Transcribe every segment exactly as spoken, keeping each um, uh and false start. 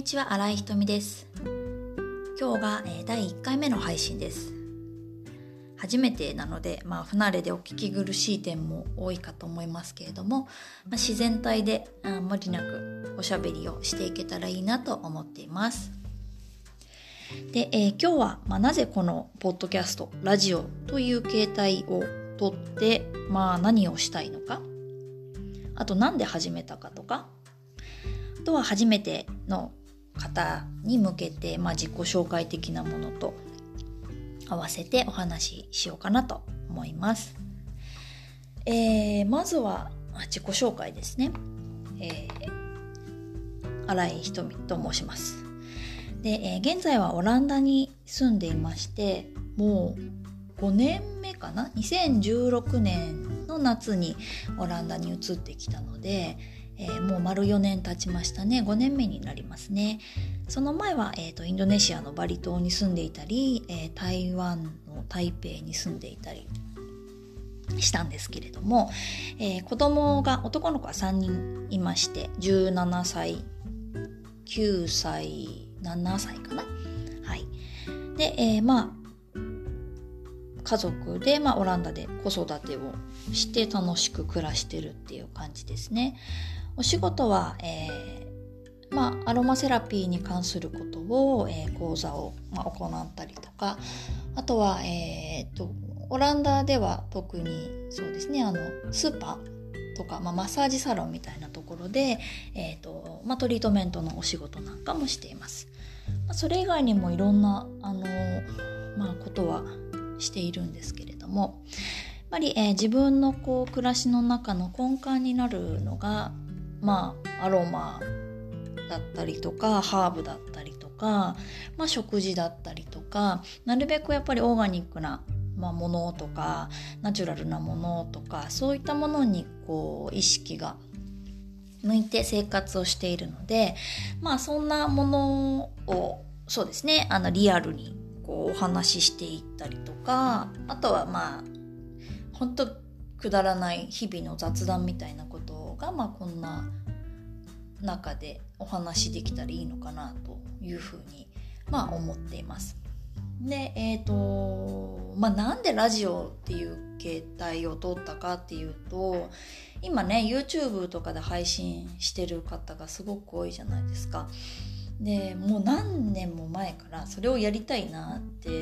ちは、新井ひとみです。今日が、えー、だいいっかいめの配信です。初めてなので、まあ、不慣れでお聞き苦しい点も多いかと思いますけれども、まあ、自然体であ無理なくおしゃべりをしていけたらいいなと思っています。で、えー、今日は、まあ、なぜこのポッドキャスト、ラジオという形態をとって、まあ、何をしたいのか、あとなんで始めたかとか、あとは初めての方に向けて、まあ、自己紹介的なものと合わせてお話ししようかなと思います。えー、まずは自己紹介ですね。えー、新井ひとみと申します。で、えー、現在はオランダに住んでいまして、もうごねんめかな、にせんじゅうろくねんの夏にオランダに移ってきたので、えー、もう丸よねん経ちましたね。ごねんめになりますね。その前は、えーと、インドネシアのバリ島に住んでいたり、えー、台湾の台北に住んでいたりしたんですけれども、えー、子供が男の子はさんにんいまして、じゅうななさい、きゅうさい、ななさいかな。はい。で、えー、まあ家族で、まあ、オランダで子育てをして楽しく暮らしてるっていう感じですね。お仕事は、えーまあ、アロマセラピーに関することを、えー、講座を、まあ、行ったりとか、あとは、えー、とオランダでは特にそうですね、あのスーパーとか、まあ、マッサージサロンみたいなところで、えーとまあ、トリートメントのお仕事なんかもしています。まあ、それ以外にもいろんなあの、まあ、ことはしているんですけれども、やっぱり、えー、自分のこう暮らしの中の根幹になるのが、まあ、アロマだったりとかハーブだったりとか、まあ、食事だったりとか、なるべくやっぱりオーガニックな、まあ、ものとかナチュラルなものとか、そういったものにこう意識が向いて生活をしているので、まあそんなものをそうですね、あのリアルにこうお話ししていったりとか、あとはまあ本当くだらない日々の雑談みたいなことが、まあこんな中でお話できたらいいのかなというふうにまあ思っています。で、えっとまあなんでラジオっていう形態を取ったかっていうと、今ね YouTube とかで配信してる方がすごく多いじゃないですか。でもう何年も前からそれをやりたいなって、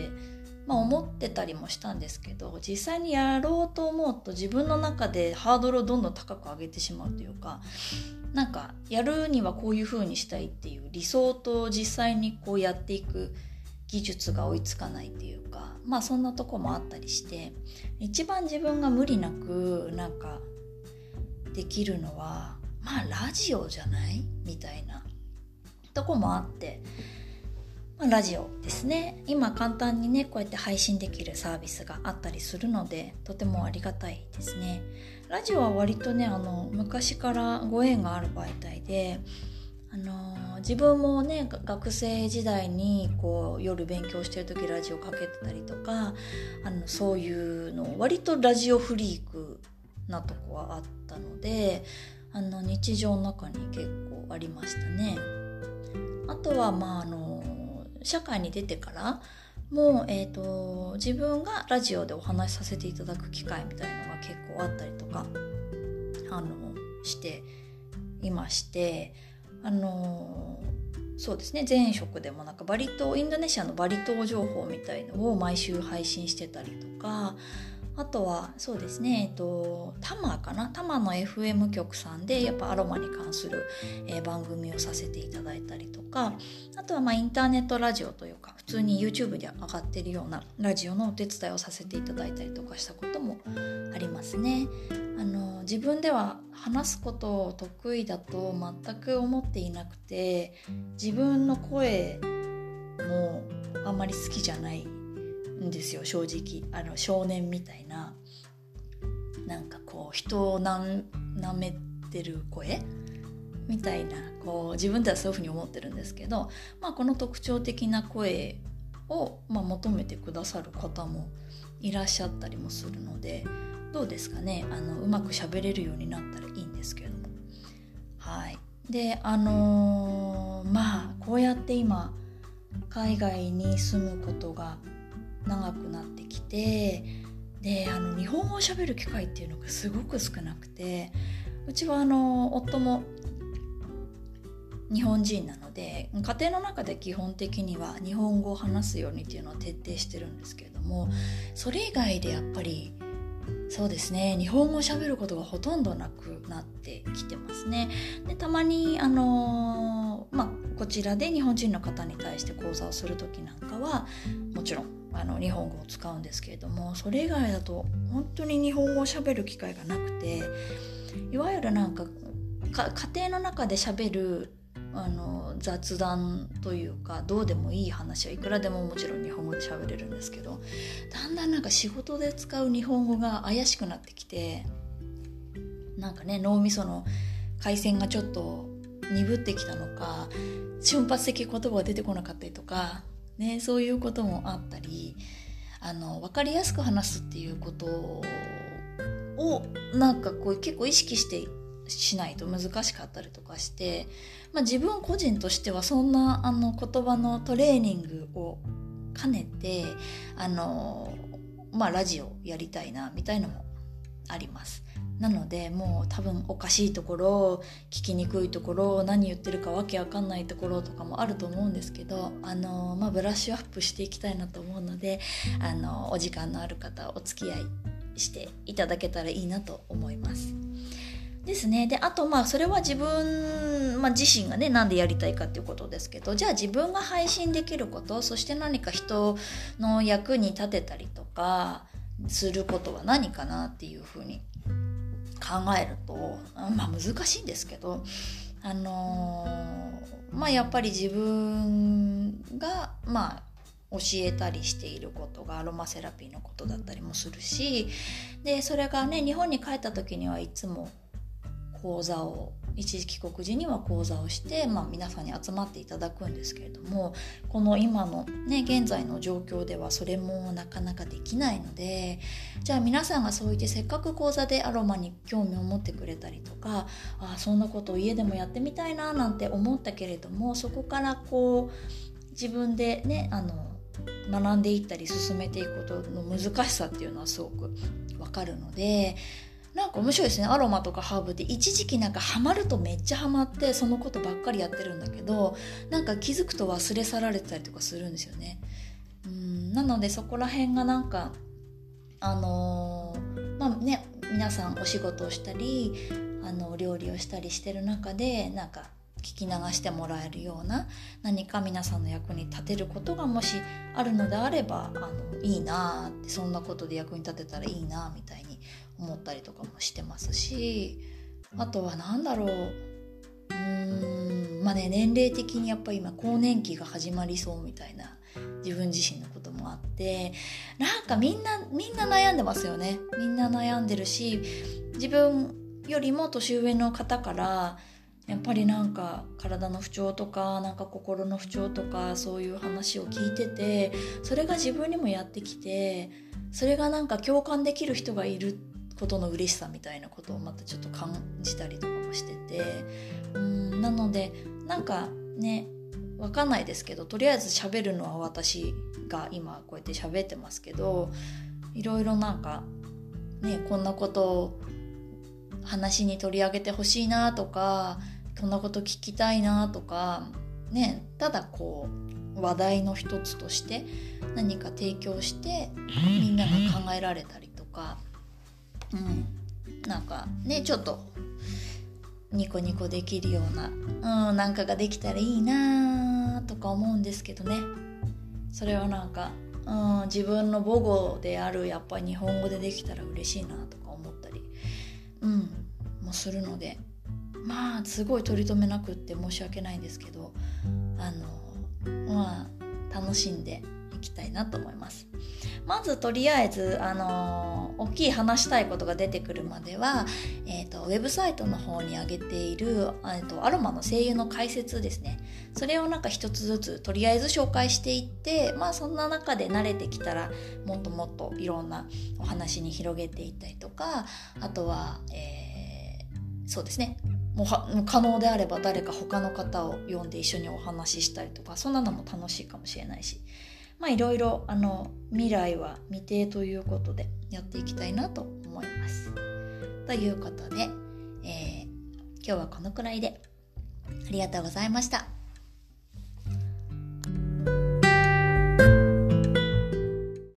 まあ、思ってたりもしたんですけど、実際にやろうと思うと自分の中でハードルをどんどん高く上げてしまうというか、なんかやるにはこういう風にしたいっていう理想と実際にこうやっていく技術が追いつかないっていうか、まあそんなとこもあったりして、一番自分が無理なくなんかできるのはまあラジオじゃないみたいなとこもあって、まあ、ラジオですね。今簡単にねこうやって配信できるサービスがあったりするので、とてもありがたいですね。ラジオは割とねあの昔からご縁がある媒体で、あのー、自分もね学生時代にこう夜勉強してる時ラジオかけてたりとか、あのそういうの割とラジオフリークなとこはあったので、あの日常の中に結構ありましたね。あとはまああの社会に出てからもう、えーと、自分がラジオでお話しさせていただく機会みたいのが結構あったりとかあのしていまして、あのそうですね、前職でもなんかバリ島インドネシアのバリ島情報みたいのを毎週配信してたりとか、あとはそうですね、えっとタマかなタマの エフエム 局さんでやっぱアロマに関する、えー、番組をさせていただいたりとか、あとはまあインターネットラジオというか普通に YouTube で上がってるようなラジオのお手伝いをさせていただいたりとかしたこともありますね。あの自分では話すことを得意だと全く思っていなくて、自分の声もあんまり好きじゃないんですよ、正直。あの少年みたいな、なんかこう人をなめてる声みたいな、こう自分ではそういうふうに思ってるんですけど、まあ、この特徴的な声を、まあ、求めてくださる方もいらっしゃったりもするので、どうですかね、あのうまく喋れるようになったらいいんですけども、はい。であのまあこうやって今海外に住むことが長くなってきて、であの日本語を喋る機会っていうのがすごく少なくて、うちはあの夫も日本人なので家庭の中で基本的には日本語を話すようにっていうのは徹底してるんですけれども、それ以外でやっぱりそうですね、日本語を喋ることがほとんどなくなってきてますね。でたまにあのーまあ、こちらで日本人の方に対して講座をする時なんかはもちろんあの日本語を使うんですけれども、それ以外だと本当に日本語を喋る機会がなくて、いわゆるなんか、か家庭の中で喋るあの雑談というかどうでもいい話はいくらでももちろん日本語で喋れるんですけど、だんだんなんか仕事で使う日本語が怪しくなってきて、なんかね脳みその回線がちょっと鈍ってきたのか瞬発的言葉が出てこなかったりとか、ね、そういうこともあったり、あの分かりやすく話すっていうことをなんかこう結構意識してしないと難しかったりとかして、まあ、自分個人としてはそんなあの言葉のトレーニングを兼ねてあの、まあ、ラジオやりたいなみたいのもあります。なのでもう多分おかしいところ、聞きにくいところ、何言ってるかわけわかんないところとかもあると思うんですけど、あの、まあ、ブラッシュアップしていきたいなと思うので、あのお時間のある方お付き合いしていただけたらいいなと思いますですね。であとまあそれは自分、まあ、自身がねなんでやりたいかっていうことですけど、じゃあ自分が配信できること、そして何か人の役に立てたりとかすることは何かなっていうふうに考えると、まあ難しいんですけど、あのー、まあやっぱり自分がまあ教えたりしていることがアロマセラピーのことだったりもするし、でそれがね日本に帰った時にはいつも講座を一時帰国時には講座をして、まあ、皆さんに集まっていただくんですけれども、この今のね現在の状況ではそれもなかなかできないので、じゃあ皆さんがそう言ってせっかく講座でアロマに興味を持ってくれたりとか、あそんなことを家でもやってみたいななんて思ったけれども、そこからこう自分でねあの学んでいったり進めていくことの難しさっていうのはすごくわかるので、なんか面白いですね。アロマとかハーブって一時期なんかハマるとめっちゃハマってそのことばっかりやってるんだけど、なんか気づくと忘れ去られてたりとかするんですよね。うんなのでそこら辺がなんかあのー、まあね皆さんお仕事をしたりあの料理をしたりしてる中でなんか聞き流してもらえるような何か皆さんの役に立てることがもしあるのであればあのいいなって、そんなことで役に立てたらいいなみたいに思ったりとかもしてますし、あとはなんだろううーんまあね年齢的にやっぱり今更年期が始まりそうみたいな自分自身のこともあって、なんかみんなみんな悩んでますよね。みんな悩んでるし、自分よりも年上の方からやっぱりなんか体の不調とかなんか心の不調とかそういう話を聞いてて、それが自分にもやってきて、それがなんか共感できる人がいることの嬉しさみたいなことをまたちょっと感じたりとかもしてて、うーんなのでなんかねわかんないですけど、とりあえず喋るのは私が今こうやって喋ってますけど、いろいろなんかねこんなことを話に取り上げてほしいなとか、こんなこと聞きたいなとかね、ただこう話題の一つとして何か提供してみんなが考えられたりとか、うん、なんかねちょっとニコニコできるような、うん、なんかができたらいいなとか思うんですけどね。それはなんか、うん、自分の母語であるやっぱり日本語でできたら嬉しいなとか思ったり、うん、もするので、まあすごい取り留めなくって申し訳ないんですけど、あのまあ楽しんでいきたいなと思います。まずとりあえずあの大きい話したいことが出てくるまでは、えーと、ウェブサイトの方に上げている、えーと、アロマの精油の解説ですね。それをなんか一つずつとりあえず紹介していって、まあそんな中で慣れてきたらもっともっといろんなお話に広げていったりとか、あとは、えー、そうですねもうはもう可能であれば誰か他の方を呼んで一緒にお話ししたりとか、そんなのも楽しいかもしれないし、まあいろいろあの未来は未定ということでやっていきたいなと思います。ということで、えー、今日はこのくらいでありがとうございました。